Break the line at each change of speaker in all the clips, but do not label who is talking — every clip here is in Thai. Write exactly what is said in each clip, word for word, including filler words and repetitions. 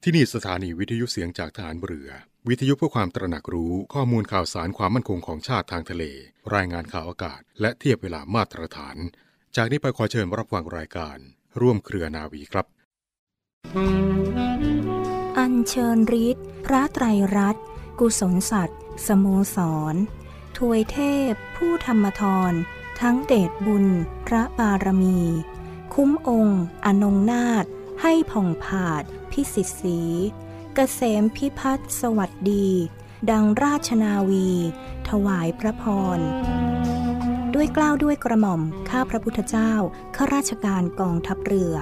ที่นี่สถานีวิทยุเสียงจากทหารเรือวิทยุเพื่อความตระหนักรู้ข้อมูลข่าวสารความมั่นคงของชาติทางทะเลรายงานข่าวอากาศและเทียบเวลามาตรฐานจากนี้ไปขอเชิญรับฟังรายการร่วมเครือนาวีครับ
อัญเชิญฤทธิ์พระไตรรัตน์กุศลสัตว์สโมสรทวยเทพผู้ธรรมธรทั้งเดชบุญพระบารมีคุ้มองค์อนงนาถให้ผ่องผาดพิสิทธิ์ศรีเกษมพิพัฒน์สวัสดีดังราชนาวีถวายพระพรด้วยเกล้าด้วยกระหม่อมข้าพระพุทธเจ้าข้าราชการกองทัพเรือ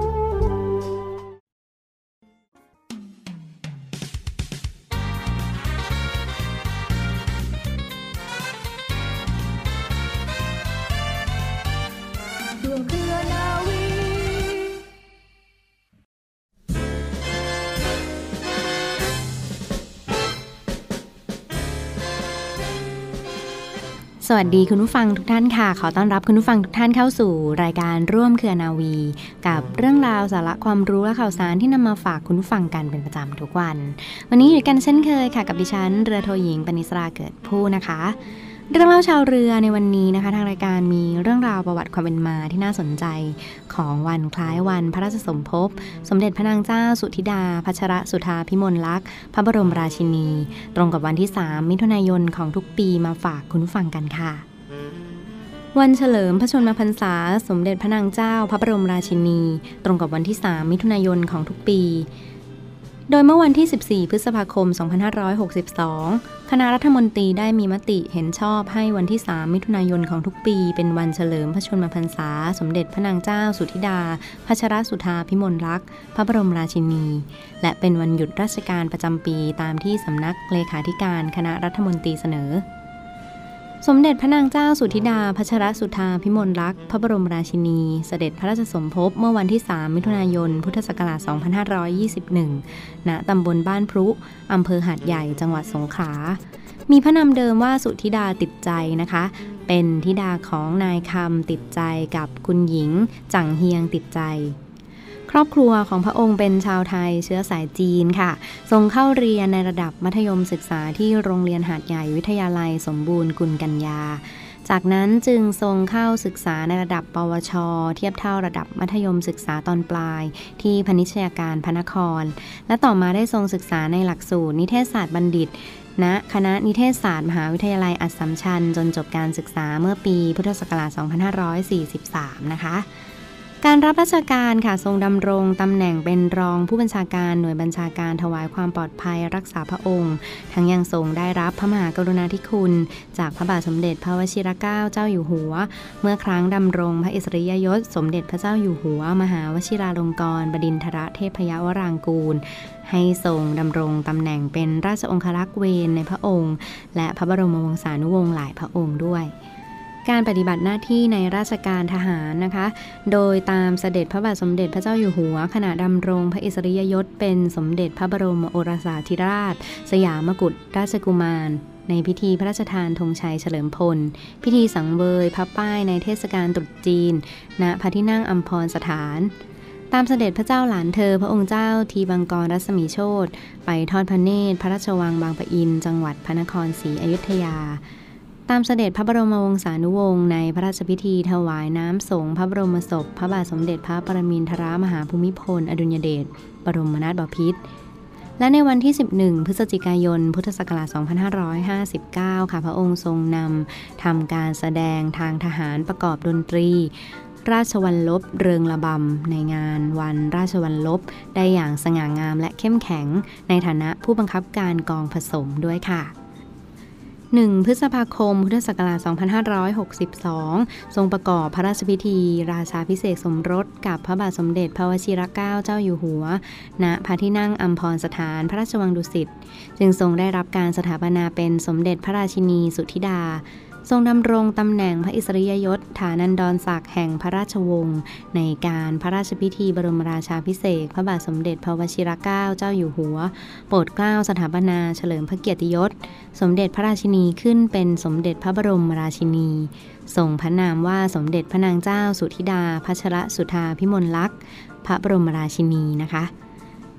สวัสดีคุณผู้ฟังทุกท่านค่ะขอต้อนรับคุณผู้ฟังทุกท่านเข้าสู่รายการร่วมเครือนาวีกับเรื่องราวสาระความรู้และข่าวสารที่นำมาฝากคุณผู้ฟังกันเป็นประจำทุกวันวันนี้อยู่กันเช่นเคยค่ะกับดิฉันเรือโทหญิงปณิสราเกิดผู้นะคะเรื่องเล่าชาวเรือในวันนี้นะคะทางรายการมีเรื่องราวประวัติความเป็นมาที่น่าสนใจของวันคล้ายวันพระราชสมภพสมเด็จพระนางเจ้าสุธิดาพัชรสุธาภิมลลักษณ์พระบรมราชินีตรงกับวันที่สามมิถุนายนของทุกปีมาฝากคุณผู้ฟังกันค่ะวันเฉลิมพระชนมพรรษาสมเด็จพระนางเจ้าพระบรมราชินีตรงกับวันที่สามมิถุนายนของทุกปีโดยเมื่อวันที่สิบสี่พฤษภาคมสองพันห้าร้อยหกสิบสองคณะรัฐมนตรีได้มีมติเห็นชอบให้วันที่สามมิถุนายนของทุกปีเป็นวันเฉลิมพระชนมพรรษาสมเด็จพระนางเจ้าสุธิดาพัชรสุธาภิมลลักษณ์พระบรมราชินีและเป็นวันหยุดราชการประจำปีตามที่สำนักเลขาธิการคณะรัฐมนตรีเสนอสมเด็จพระนางเจ้าสุธิดาพัชรสุธาภิมลลักษณ์พระบรมราชินีเสด็จพระราชสมภพเมื่อวันที่สามมิถุนายนพุทธศักราชสองพันห้าร้อยยี่สิบเอ็ดณตำบลบ้านพรุอำเภอหาดใหญ่จังหวัดสงขลามีพระนามเดิมว่าสุธิดาติดใจนะคะเป็นธิดาของนายคำติดใจกับคุณหญิงจังเฮียงติดใจครอบครัวของพระองค์เป็นชาวไทยเชื้อสายจีนค่ะทรงเข้าเรียนในระดับมัธยมศึกษาที่โรงเรียนหาดใหญ่วิทยาลัยสมบูรณ์กุลกัญญาจากนั้นจึงทรงเข้าศึกษาในระดับปวชเทียบเท่าระดับมัธยมศึกษาตอนปลายที่พนิชยการพระนครและต่อมาได้ทรงศึกษาในหลักสูตรนิเทศศาสตร์บัณฑิตณคณะนิเทศศาสตร์มหาวิทยาลัยอัสสัมชัญจนจบการศึกษาเมื่อปีพุทธศักราชสองพันห้าร้อยสี่สิบสามนะคะการรับราชการค่ะทรงดำรงตำแหน่งเป็นรองผู้บัญชาการหน่วยบัญชาการถวายความปลอดภัยรักษาพระองค์ทั้งยังทรงได้รับพระมหากรุณาธิคุณจากพระบาทสมเด็จพระวชิรเกล้าเจ้าอยู่หัวเมื่อครั้งดำรงพระอิสริยยศสมเด็จพระเจ้าอยู่หัวมหาวชิราลงกรณ์บดินทรเทพยวรางกูลให้ทรงดำรงตำแหน่งเป็นราชองครักษ์เวรในพระองค์และพระบรมวงศานุวงศ์หลายพระองค์ด้วยการปฏิบัติหน้าที่ในราชการทหารนะคะโดยตามเสด็จพระบาทสมเด็จพระเจ้าอยู่หัวขณะดำรงพระอิสริยยศเป็นสมเด็จพระบรมโอรสาธิราชสยามกุฎราชกุมารในพิธีพระราชทานธงชัยเฉลิมพลพิธีสังเวยพระป้ายในเทศกาลตรุษจีนณพระที่นั่งอัมพรสถานตามเสด็จพระเจ้าหลานเธอพระองค์เจ้าทีบังกรรัศมีโชติไปทอดพระเนตรพระราชวังบางปะอินจังหวัดพระนครศรีอยุธยาตามเสด็จพระบรมวงศานุวงศ์ในพระราชพิธีถวายน้ำสงฆ์พระบรมศพพระบาทสมเด็จพระปรมินทรมหาภูมิพลอดุลยเดชบรมนาถบพิตรและในวันที่สิบเอ็ดพฤศจิกายนพุทธศักราชสองพันห้าร้อยห้าสิบเก้าค่ะพระองค์ทรงนำทำการแสดงทางทหารประกอบดนตรีราชวัลลบเริงระบำในงานวันราชวัลลบได้อย่างสง่างามและเข้มแข็งในฐานะผู้บังคับการกองผสมด้วยค่ะหนึ่งพฤษภาคมพุทธศักราชสองพันห้าร้อยหกสิบสองทรงประกอบพระราชพิธีราชาภิเษกสมรสกับพระบาทสมเด็จพระวชิรเกล้าเจ้าอยู่หัวณพระที่นั่งอัมพรสถานพระราชวังดุสิตจึงทรงได้รับการสถาปนาเป็นสมเด็จพระราชินีสุธิดาทรงดำรงตำแหน่งพระอิสริยยศฐานันดรศักดิ์แห่งพระราชวงศ์ในการพระราชพิธีบรมราชาภิเษกพระบาทสมเด็จพระวชิรเกล้าเจ้าอยู่หัวโปรดเกล้าสถาปนาเฉลิมพระเกียรติยศสมเด็จพระราชินีขึ้นเป็นสมเด็จพระบรมราชินีทรงพระนามว่าสมเด็จพระนางเจ้าสุธิดาพัชรสุธาภิมลลักษณ์พระบรมราชินีนะคะ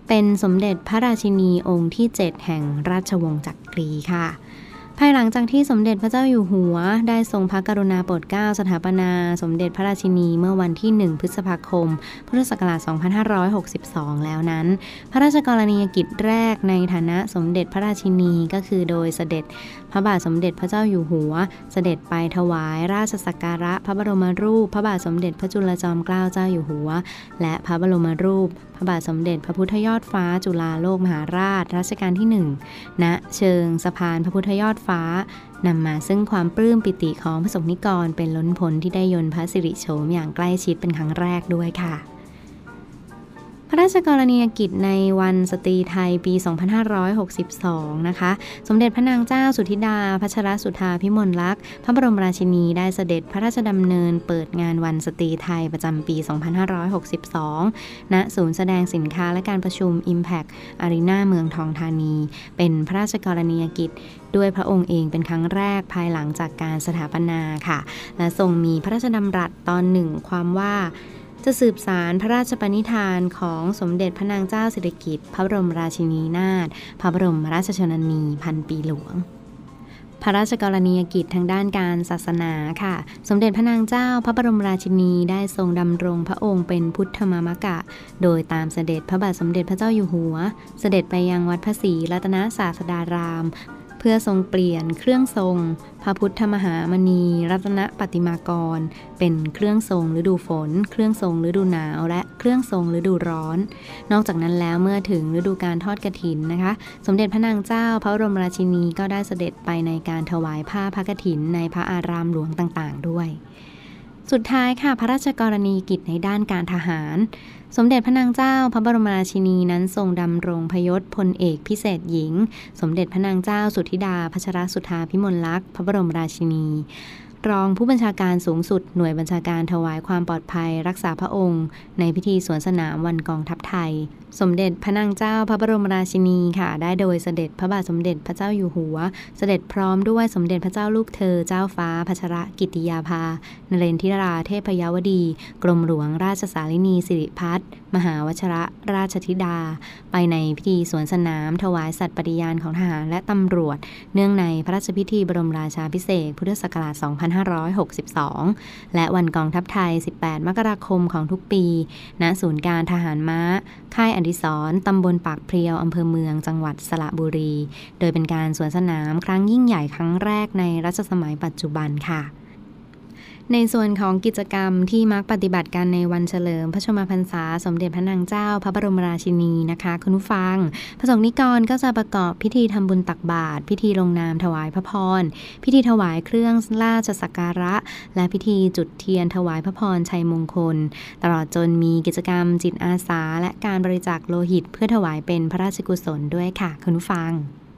เป็นสมเด็จพระราชินีองค์ที่เจ็ดแห่งราชวงศ์จักรีค่ะภายหลังจากที่สมเด็จพระเจ้าอยู่หัวได้ทรงพระกรุณาโปรดเกล้าสถาปนาสมเด็จพระราชินีเมื่อวันที่หนึ่งพฤษภาคมพุทธศักราชสองพันห้าร้อยหกสิบสองแล้วนั้นพระราชกรณียกิจแรกในฐานะสมเด็จพระราชินีก็คือโดยเสด็จพระบาทสมเด็จพระเจ้าอยู่หัวเสด็จไปถวายราชสักการะพระบรมรูปพระบาทสมเด็จพระจุลจอมเกล้าเจ้าอยู่หัวและพระบรมรูปพระบาทสมเด็จพระพุทธยอดฟ้าจุฬาโลกมหาราชรัชกาลที่หนึ่งณเชิงสะพานพระพุทธยอดฟ้านำมาซึ่งความปลื้มปิติของพระสงฆ์นิกรเป็นล้นพ้นที่ได้ยนต์พระสิริโฉมอย่างใกล้ชิดเป็นครั้งแรกด้วยค่ะพระราชกรณียกิจในวันสตรีไทยปี สองพันห้าร้อยหกสิบสอง นะคะสมเด็จพระนางเจ้าสุธิดาพัชรสุธาภิมลลักษณ์พระบรมราชินีได้เสด็จพระราชดำเนินเปิดงานวันสตรีไทยประจำปี สองพันห้าร้อยหกสิบสอง ณ ศูนย์แสดงสินค้าและการประชุม Impact Arena เมืองทองธานีเป็นพระราชกรณียกิจด้วยพระองค์เองเป็นครั้งแรกภายหลังจากการสถาปนาค่ะและทรงมีพระราชดำรัสตอนหนึ่งความว่าจะสืบสารพระราชปณิธานของสมเด็จพระนางเจ้าสิริกิติ์พระบรมราชินีนาถพระบรมราชชนนีพันปีหลวงพระราชกรณียกิจทางด้านการศาสนาค่ะสมเด็จพระนางเจ้าพระบรมราชินีได้ทรงดำรงพระองค์เป็นพุทธมามกะโดยตามเสด็จพระบาทสมเด็จพระเจ้าอยู่หัวเสด็จไปยังวัดพระศรีรัตนศาสดารามเพื่อทรงเปลี่ยนเครื่องทรงพระพุทธมหามณีรัตนปฏิมากรเป็นเครื่องทรงฤดูฝนเครื่องทรงฤดูหนาวและเครื่องทรงฤดูร้อนนอกจากนั้นแล้วเมื่อถึงฤดูการทอดกฐินนะคะสมเด็จพระนางเจ้าพระบรมราชินีก็ได้เสด็จไปในการถวายผ้าพระกฐินในพระอารามหลวงต่างๆด้วยสุดท้ายค่ะพระราชกรณียกิจในด้านการทหารสมเด็จพระนางเจ้าพระบรมราชินีนั้นทรงดำรงพยศพลเอกพิเศษหญิงสมเด็จพระนางเจ้าสุธิดาพัชรสุธาภิมลลักษณ์พระบรมราชินีรองผู้บัญชาการสูงสุดหน่วยบัญชาการถวายความปลอดภัยรักษาพระองค์ในพิธีสวนสนามวันกองทัพไทยสมเด็จพระนางเจ้าพระบรมราชินีค่ะได้โดยเสด็จพระบาทสมเด็จพระเจ้าอยู่หัวเสด็จพร้อมด้วยสมเด็จพระเจ้าลูกเธอเจ้าฟ้าพัชรกิติยาภานเรนทิราเทพยวดีกรมหลวงราชสารินีสิริพัฒน์มหาวชรราชธิดาไปในพิธีสวนสนามถวายสัตย์ปฏิญาณของทหารและตำรวจเนื่องในพระราชพิธีบรมราชาภิเษกพุทธศักราชสองพันห้าร้อยหกสิบสองและวันกองทัพไทยสิบแปดมกราคมของทุกปีณศูนย์การทหารม้าค่ายอดิศรตำบลปากเพลียวอำเภอเมืองจังหวัดสระบุรีโดยเป็นการสวนสนามครั้งยิ่งใหญ่ครั้งแรกในรัชสมัยปัจจุบันค่ะในส่วนของกิจกรรมที่มักปฏิบัติกันในวันเฉลิมพระชนมพรรษาสมเด็จพระนางเจ้าพระบรมราชินีนะคะคุณผู้ฟังพระสงฆ์นิกรก็จะประกอบพิธีทำบุญตักบาตรพิธีลงนามถวายพระพรพิธีถวายเครื่องราชสักการะและพิธีจุดเทียนถวายพระพรชัยมงคลตลอดจนมีกิจกรรมจิตอาสาและการบริจาคโลหิตเพื่อถวายเป็นพระราชกุศลด้วยค่ะคุณผู้ฟัง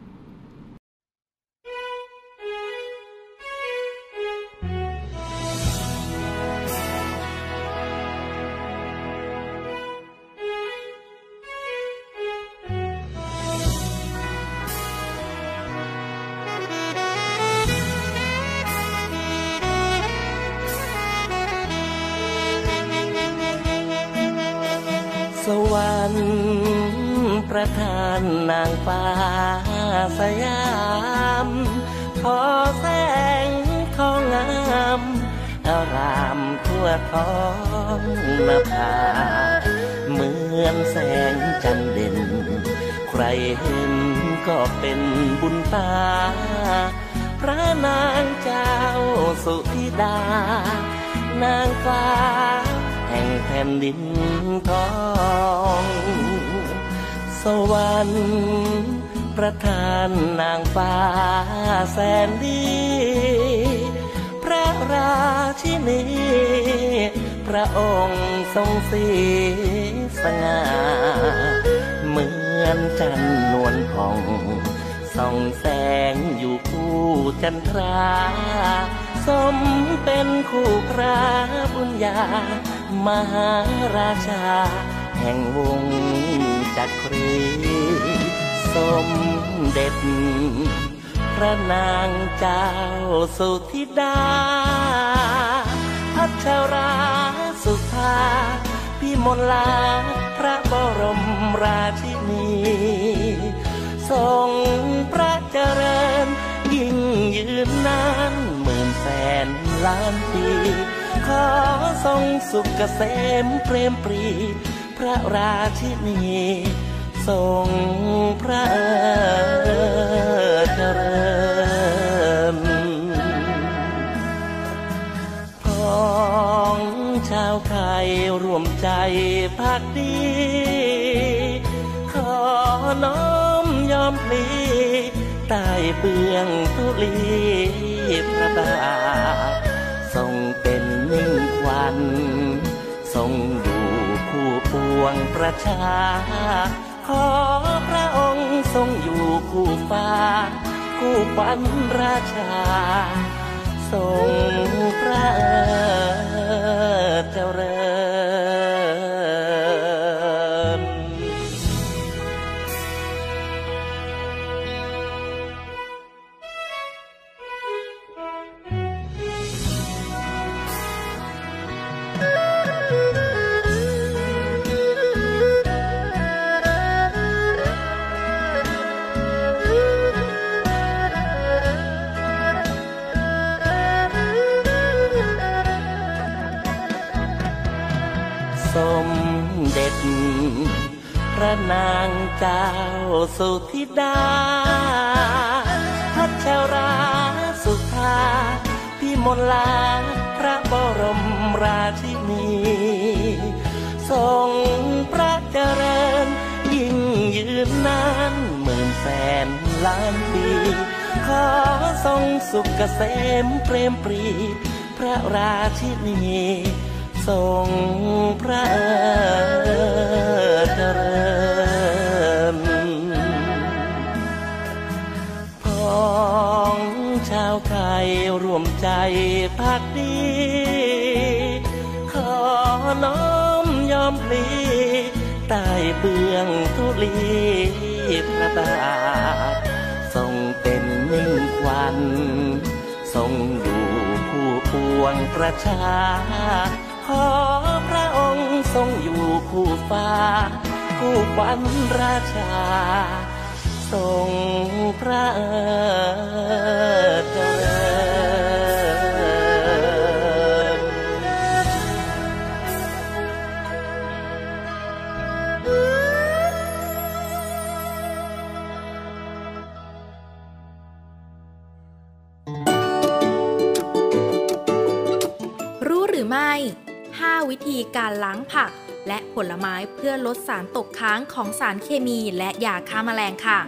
สวรรค์ประทานนางฟ้าสยามขอแสงทองงามอารามทั่วท้องนภาเหมือนแสงจันทร์เด่นใครเห็นก็เป็นบุญตาพระนางเจ้าสุธิดานางฟ้าแห่งแผ่นดินทองสวรรค์ประทานนางฟ้าแสนดีพระราชินีพระองค์ทรงสีสง่าเหมือนจันทร์นวลผ่องส่องแสงอยู่คู่จันทราสมเป็นคู่พระบุญญามหาราชาแห่งวงจักรีสมเด็จพระนางเจ้าสุธิดาพัชราสุธาภิมลลักษณ์พระบรมราชิล้านปีขอทรงสุขเกษมเปรมปรีพระราชินีทรงพระเจริญพ้องชาวไทยร่วมใจภักดีขอน้อมยอมพลีใต้เบื้องธุลีพระบาททรงเป็นมิ่งขวัญทรงอยู่คู่ปวงประชาขอพระองค์ทรงอยู่คู่ฟ้าคู่ขวัญราชาทรงพระเจริญสมเด็จพระนางเจ้าสุธิดาพัชราสุธาพิมลาพระบรมราชินีทรงพระเจริญยิ่งยืนนานหมื่นแสนล้านปีขอทรงสุขเกษมเปรมปรีพระราชินีทรงพระเจริญพ้องชาวไทยร่วมใจภักดีขอน้อมยอมพลีใต้เบื้องธุลีพระบาททรงเป็นมิ่งขวัญทรงอยู่คู่ปวงประชาขอพระองค์ทรงอยู่คู่ฟ้าคู่ขวัญราชาทรงพระเจริญ
รู้หรือไม่ห้าวิธีการล้างผักและผลไม้เพื่อลดสารตกค้างของสารเคมีและยาฆ่าแมลงค่ะ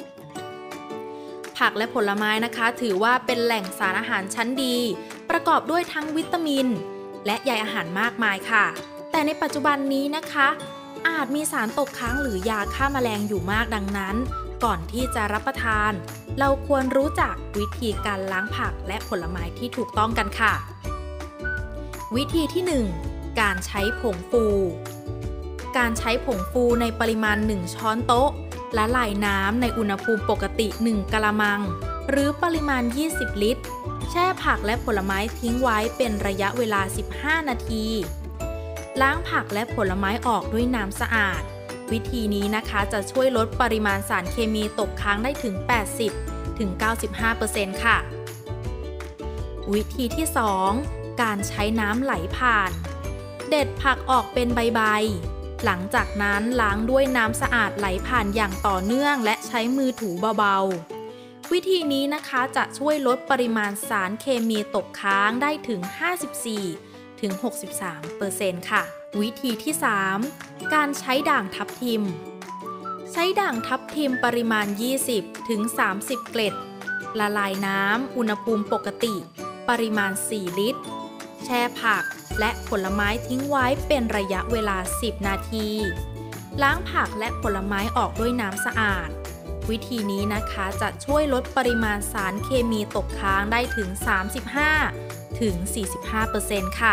ผักและผลไม้นะคะถือว่าเป็นแหล่งสารอาหารชั้นดีประกอบด้วยทั้งวิตามินและใยอาหารมากมายค่ะแต่ในปัจจุบันนี้นะคะอาจมีสารตกค้างหรือยาฆ่าแมลงอยู่มากดังนั้นก่อนที่จะรับประทานเราควรรู้จักวิธีการล้างผักและผลไม้ที่ถูกต้องกันค่ะวิธีที่หนึ่งการใช้ผงฟูการใช้ผงฟูในปริมาณหนึ่งช้อนโต๊ะละลายน้ำในอุณหภูมิปกติหนึ่งกะละมังหรือปริมาณยี่สิบลิตรแช่ผักและผลไม้ทิ้งไว้เป็นระยะเวลาสิบห้านาทีล้างผักและผลไม้ออกด้วยน้ำสะอาดวิธีนี้นะคะจะช่วยลดปริมาณสารเคมีตกค้างได้ถึง แปดสิบถึงเก้าสิบห้าเปอร์เซ็นต์ ค่ะวิธีที่สองการใช้น้ำไหลผ่านเด็ดผักออกเป็นใบๆหลังจากนั้นล้างด้วยน้ำสะอาดไหลผ่านอย่างต่อเนื่องและใช้มือถูเบาๆวิธีนี้นะคะจะช่วยลดปริมาณสารเคมีตกค้างได้ถึง ห้าสิบสี่ถึงหกสิบสามเปอร์เซ็นต์ ค่ะวิธีที่สามการใช้ด่างทับทิมใช้ด่างทับทิมปริมาณ ยี่สิบถึงสามสิบ เกล็ดละลายน้ำอุณหภูมิปกติปริมาณสี่ลิตรแช่ผักและผลไม้ทิ้งไว้เป็นระยะเวลาสิบนาทีล้างผักและผลไม้ออกด้วยน้ำสะอาดวิธีนี้นะคะจะช่วยลดปริมาณสารเคมีตกค้างได้ถึง สามสิบห้าถึงสี่สิบห้าเปอร์เซ็นต์ ค่ะ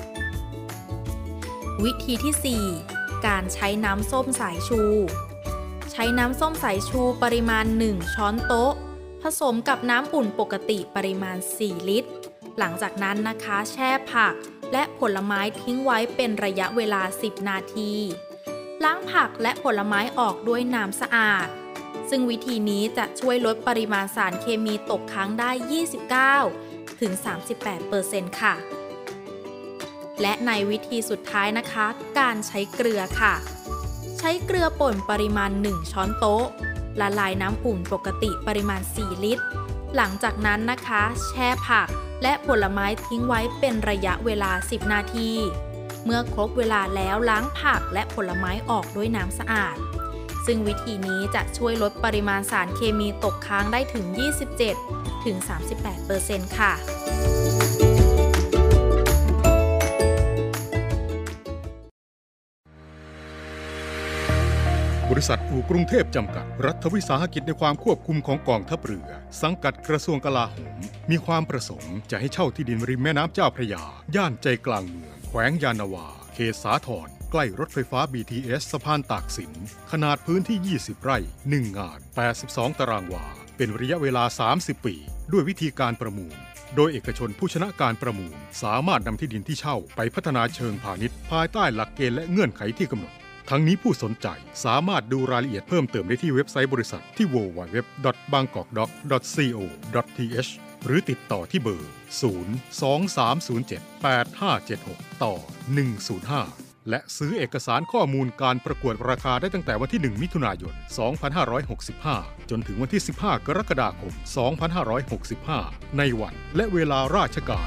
วิธีที่สี่การใช้น้ำส้มสายชูใช้น้ำส้มสายชูปริมาณหนึ่งช้อนโต๊ะผสมกับน้ำอุ่นปกติปริมาณสี่ลิตรหลังจากนั้นนะคะแช่ผักและผลไม้ทิ้งไว้เป็นระยะเวลาสิบนาทีล้างผักและผลไม้ออกด้วยน้ำสะอาดซึ่งวิธีนี้จะช่วยลดปริมาณสารเคมีตกค้างได้ ยี่สิบเก้าถึง สามสิบแปดเปอร์เซ็นต์ ค่ะและในวิธีสุดท้ายนะคะการใช้เกลือค่ะใช้เกลือป่นปริมาณหนึ่งช้อนโต๊ะละลายน้ำอุ่นปกติปริมาณสี่ลิตรหลังจากนั้นนะคะแช่ผักและผลไม้ทิ้งไว้เป็นระยะเวลาสิบนาทีเมื่อครบเวลาแล้วล้างผักและผลไม้ออกด้วยน้ำสะอาดซึ่งวิธีนี้จะช่วยลดปริมาณสารเคมีตกค้างได้ถึง ยี่สิบเจ็ดถึงสามสิบแปดเปอร์เซ็นต์ ค่ะ
บริษัทอู่กรุงเทพจำกัดรัฐวิสาหกิจในความควบคุมของกองทัพเรือสังกัดกระทรวงกลาโหมมีความประสงค์จะให้เช่าที่ดินริมแม่น้ำเจ้าพระยาย่านใจกลางเมืองแขวงยานนาวาเขตสาทรใกล้รถไฟฟ้า บี ที เอส สะพานตากสินขนาดพื้นที่ยี่สิบไร่หนึ่งงานแปดสิบสองตารางวาเป็นระยะเวลาสามสิบปีด้วยวิธีการประมูลโดยเอกชนผู้ชนะการประมูลสามารถนำที่ดินที่เช่าไปพัฒนาเชิงพาณิชย์ภายใต้หลักเกณฑ์และเงื่อนไขที่กำหนดทั้งนี้ผู้สนใจสามารถดูรายละเอียดเพิ่มเติมได้ที่เว็บไซต์บริษัทที่ ดับเบิลยู ดับเบิลยู ดับเบิลยู ดอท บางกอกด็อก ดอท ซี โอ ดอท ที เอช หรือติดต่อที่เบอร์ ศูนย์ สอง สาม ศูนย์ เจ็ด แปด ห้า เจ็ด หก ต่อ หนึ่ง ศูนย์ ห้า และซื้อเอกสารข้อมูลการประกวดราคาได้ตั้งแต่วันที่ หนึ่ง มิถุนายน สองพันห้าร้อยหกสิบห้า จนถึงวันที่ สิบห้า กรกฎาคม สองพันห้าร้อยหกสิบห้า ในวันและเวลาราชการ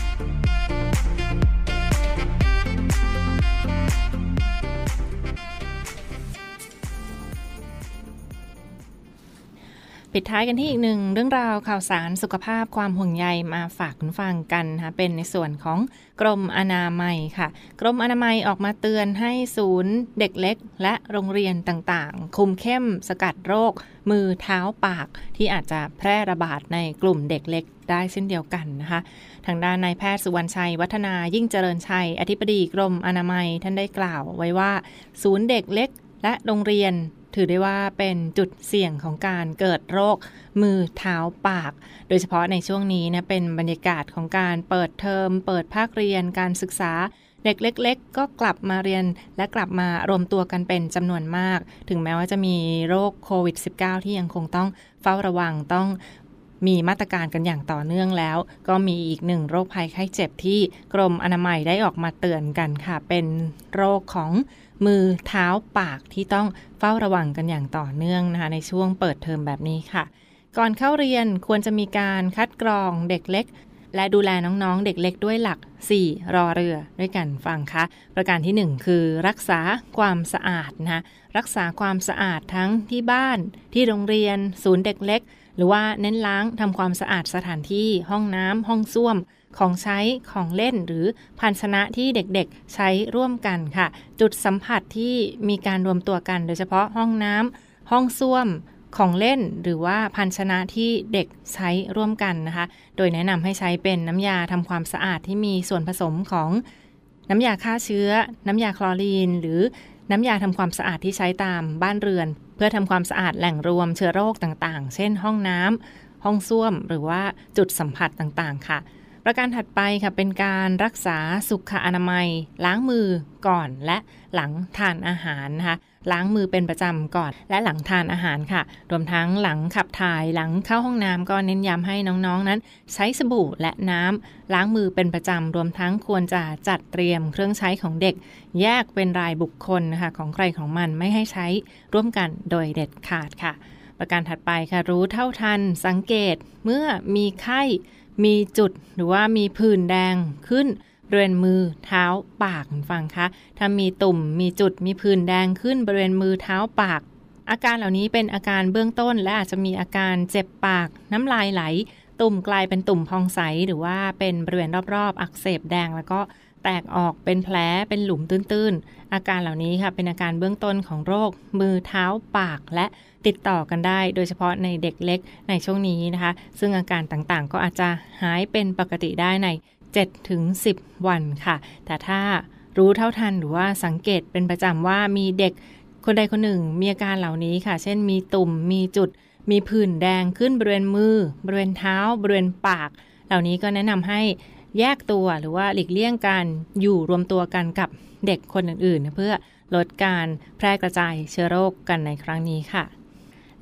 ปิดท้ายกันที่อีกหนึ่งเรื่องราวข่าวสารสุขภาพความห่วงใยมาฝากคุณฟังกันนะคะเป็นในส่วนของกรมอนามัยค่ะกรมอนามัยออกมาเตือนให้ศูนย์เด็กเล็กและโรงเรียนต่างๆคุมเข้มสกัดโรคมือเท้าปากที่อาจจะแพร่ระบาดในกลุ่มเด็กเล็กได้เช่นเดียวกันนะคะทางด้านนายแพทย์สุวรรณชัยวัฒนายิ่งเจริญชัยอธิบดีกรมอนามัยท่านได้กล่าวไว้ว่าศูนย์เด็กเล็กและโรงเรียนถือได้ว่าเป็นจุดเสี่ยงของการเกิดโรคมือเท้าปากโดยเฉพาะในช่วงนี้นะเป็นบรรยากาศของการเปิดเทอมเปิดภาคเรียนการศึกษาเด็กเล็กๆก็กลับมาเรียนและกลับมารวมตัวกันเป็นจำนวนมากถึงแม้ว่าจะมีโรคโควิด สิบเก้า ที่ยังคงต้องเฝ้าระวังต้องมีมาตรการกันอย่างต่อเนื่องแล้วก็มีอีกหนึ่งโรคภัยไข้เจ็บที่กรมอนามัยได้ออกมาเตือนกันค่ะเป็นโรคของมือเท้าปากที่ต้องเฝ้าระวังกันอย่างต่อเนื่องนะคะในช่วงเปิดเทอมแบบนี้ค่ะก่อนเข้าเรียนควรจะมีการคัดกรองเด็กเล็กและดูแลน้องๆเด็กเล็กด้วยหลักสี่รอเรือด้วยกันฟังค่ะประการที่หนึ่งคือรักษาความสะอาดนะคะรักษาความสะอาดทั้งที่บ้านที่โรงเรียนศูนย์เด็กเล็กหรือว่าเน้นล้างทำความสะอาดสถานที่ห้องน้ำห้องส้วมของใช้ของเล่นหรือภาชนะที่เด็กๆใช้ร่วมกันค่ะจุดสัมผัสที่มีการรวมตัวกันโดยเฉพาะห้องน้ำห้องส้วมของเล่นหรือว่าภาชนะที่เด็กใช้ร่วมกันนะคะโดยแนะนำให้ใช้เป็นน้ำยาทำความสะอาดที่มีส่วนผสมของน้ำยาฆ่าเชื้อน้ำยาคลอรีนหรือน้ำยาทำความสะอาดที่ใช้ตามบ้านเรือนเพื่อทำความสะอาดแหล่งรวมเชื้อโรคต่างๆเช่นห้องน้ำห้องส้วมหรือว่าจุดสัมผัสต่างๆค่ะประการถัดไปค่ะเป็นการรักษาสุขอนามัยล้างมือก่อนและหลังทานอาหารนะคะล้างมือเป็นประจำก่อนและหลังทานอาหารค่ะรวมทั้งหลังขับถ่ายหลังเข้าห้องน้ำก็เน้นย้ำให้น้องๆนั้นใช้สบู่และน้ำล้างมือเป็นประจำรวมทั้งควรจะจัดเตรียมเครื่องใช้ของเด็กแยกเป็นรายบุคคลนะคะของใครของมันไม่ให้ใช้ร่วมกันโดยเด็ดขาดค่ะประการถัดไปค่ะรู้เท่าทันสังเกตเมื่อมีไข้มีจุดหรือว่ามีผื่นแดงขึ้นบริเวณมือเท้าปากฟังคะถ้ามีตุ่มมีจุดมีผื่นแดงขึ้นบริเวณมือเท้าปากอาการเหล่านี้เป็นอาการเบื้องต้นและอาจจะมีอาการเจ็บปากน้ำลายไหลตุ่มกลายเป็นตุ่มพองใสหรือว่าเป็นบริเวณรอบๆอักเสบแดงแล้วก็แตกออกเป็นแผลเป็นหลุมตื้นๆอาการเหล่านี้ค่ะเป็นอาการเบื้องต้นของโรคมือเท้าปากและติดต่อกันได้โดยเฉพาะในเด็กเล็กในช่วงนี้นะคะซึ่งอาการต่างๆก็อาจจะหายเป็นปกติได้ใน เจ็ดถึงสิบ วันค่ะแต่ถ้ารู้เท่าทันหรือว่าสังเกตเป็นประจำว่ามีเด็กคนใดคนหนึ่งมีอาการเหล่านี้ค่ะเช่นมีตุ่มมีจุดมีผื่นแดงขึ้นบริเวณมือบริเวณเท้าบริเวณปากเหล่านี้ก็แนะนำให้แยกตัวหรือว่าหลีกเลี่ยงการอยู่รวมตัวกันกับเด็กคนอื่นๆเพื่อลดการแพร่กระจายเชื้อโรคกันในครั้งนี้ค่ะ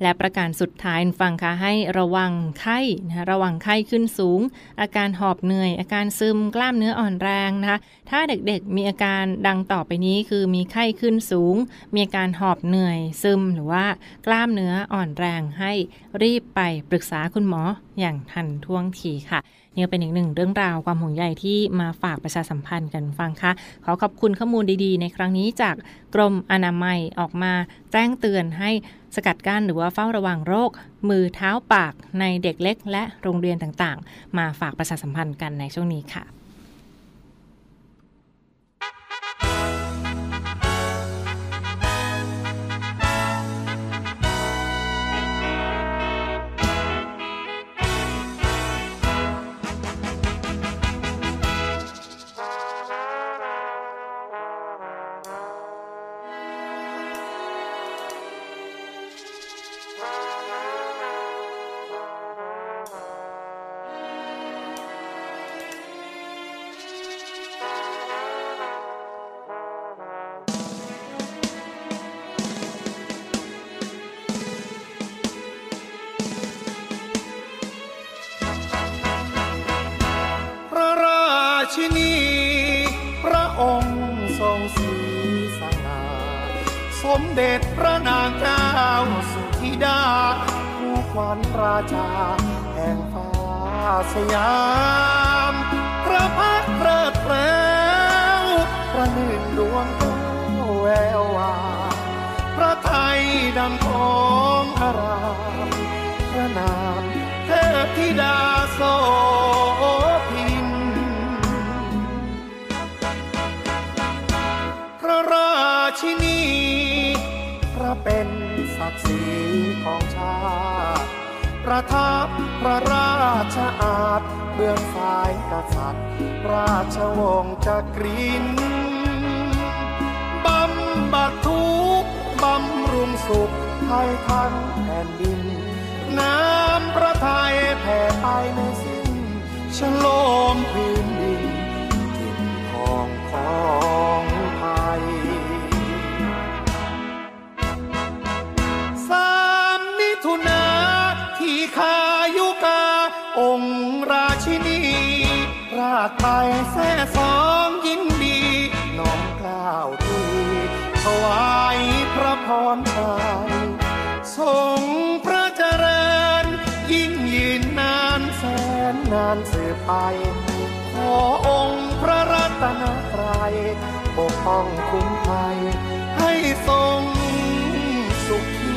และประการสุดท้ายฟังค่ะให้ระวังไข้นะคะระวังไข้ขึ้นสูงอาการหอบเหนื่อยอาการซึมกล้ามเนื้ออ่อนแรงนะคะถ้าเด็กๆมีอาการดังต่อไปนี้คือมีไข้ขึ้นสูงมีอาการหอบเหนื่อยซึมหรือว่ากล้ามเนื้ออ่อนแรงให้รีบไปปรึกษาคุณหมออย่างทันท่วงทีค่ะนี่เป็นอีกหนึ่งเรื่องราวความห่วงใยที่มาฝากประชาสัมพันธ์กันฟังค่ะขอขอบคุณข้อมูลดีๆในครั้งนี้จากกรมอนามัยออกมาแจ้งเตือนให้สกัดกั้นหรือว่าเฝ้าระวังโรคมือเท้าปากในเด็กเล็กและโรงเรียนต่างๆมาฝากประชาสัมพันธ์กันในช่วงนี้ค่ะ
ชินีพระองค์ทรงศรีสง่าสมเด็จพระนางเจ้าสุธิดาผู้ขวัญราชาแห่งฟ้าสยามพระพักตร์เลิศแปลวประหนึ่งดวงแก้วแวววาวพระไทยดังทองอารามพระนามเทพธิดาโสภินพระราชินีพระเป็นศักดิ์ศรีของชาติประทับพระราชอาณเบื้องซ้ายกษัตริย์ราชวงศ์จักรินทร์บำบัดทุกข์บำรุงสุขให้ทั้งแผ่นดินน้ำพระทัยแผ่ไปไม่สิ้นฉโลมพื้นดินกินทองของไทยสามมิถุนาที่ขายุกาองค์ราชินีราชไทยแท้สองยินดีน้อมเกล้าทูลถวายพระพรชัยทรงพระเจริญยิ่งยืนนานแสนนานสืบไปขอองค์พระรัตนตรัยปกป้องคุ้มภัยให้ทรงสุขี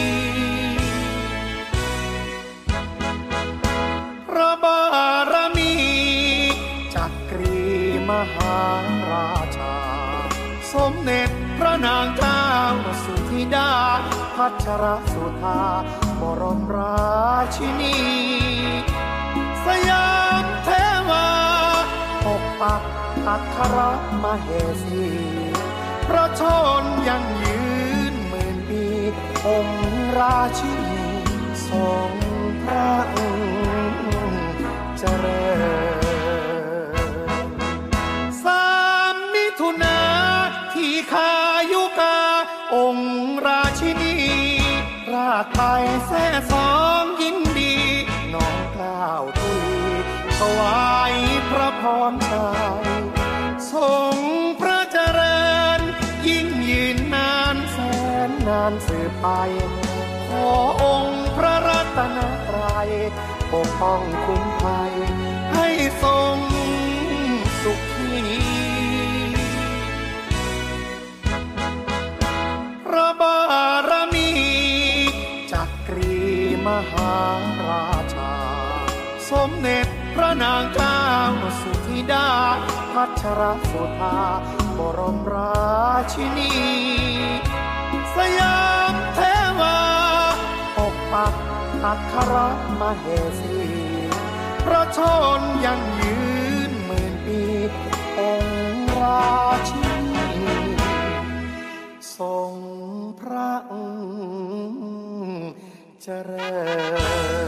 พระบารมีจักรีมหาราชาสมเด็จพระนางเจ้าสุธิดาพัชรสุธาบรมราชินีสยามเทวาปกปักอัครมเหสีพระชนยังยืนหมื่นปีองค์ราชินีทรงพระองค์เจริญสามมิถุนาที่ขายุกาองค์ราชินีราชไทยแท้สองยินดีน้อมเกล้าทูลถวายพระพรชัยทรงพระเจริญยิ่งยืนนานแสนนานสืบไปขอองค์พระรัตนตรัยปกป้องคุ้มภัยให้ทรงสุขีพระบารมีจักรีมหาราชาสมเด็จพระนางเจ้าสุธิดาพัชรสุธาบรมราชินีสยามเทวาปกปักอัครมเหสีพระชนยังยืนหมื่นปีองค์ราชินีทรงพระองค์เจริญ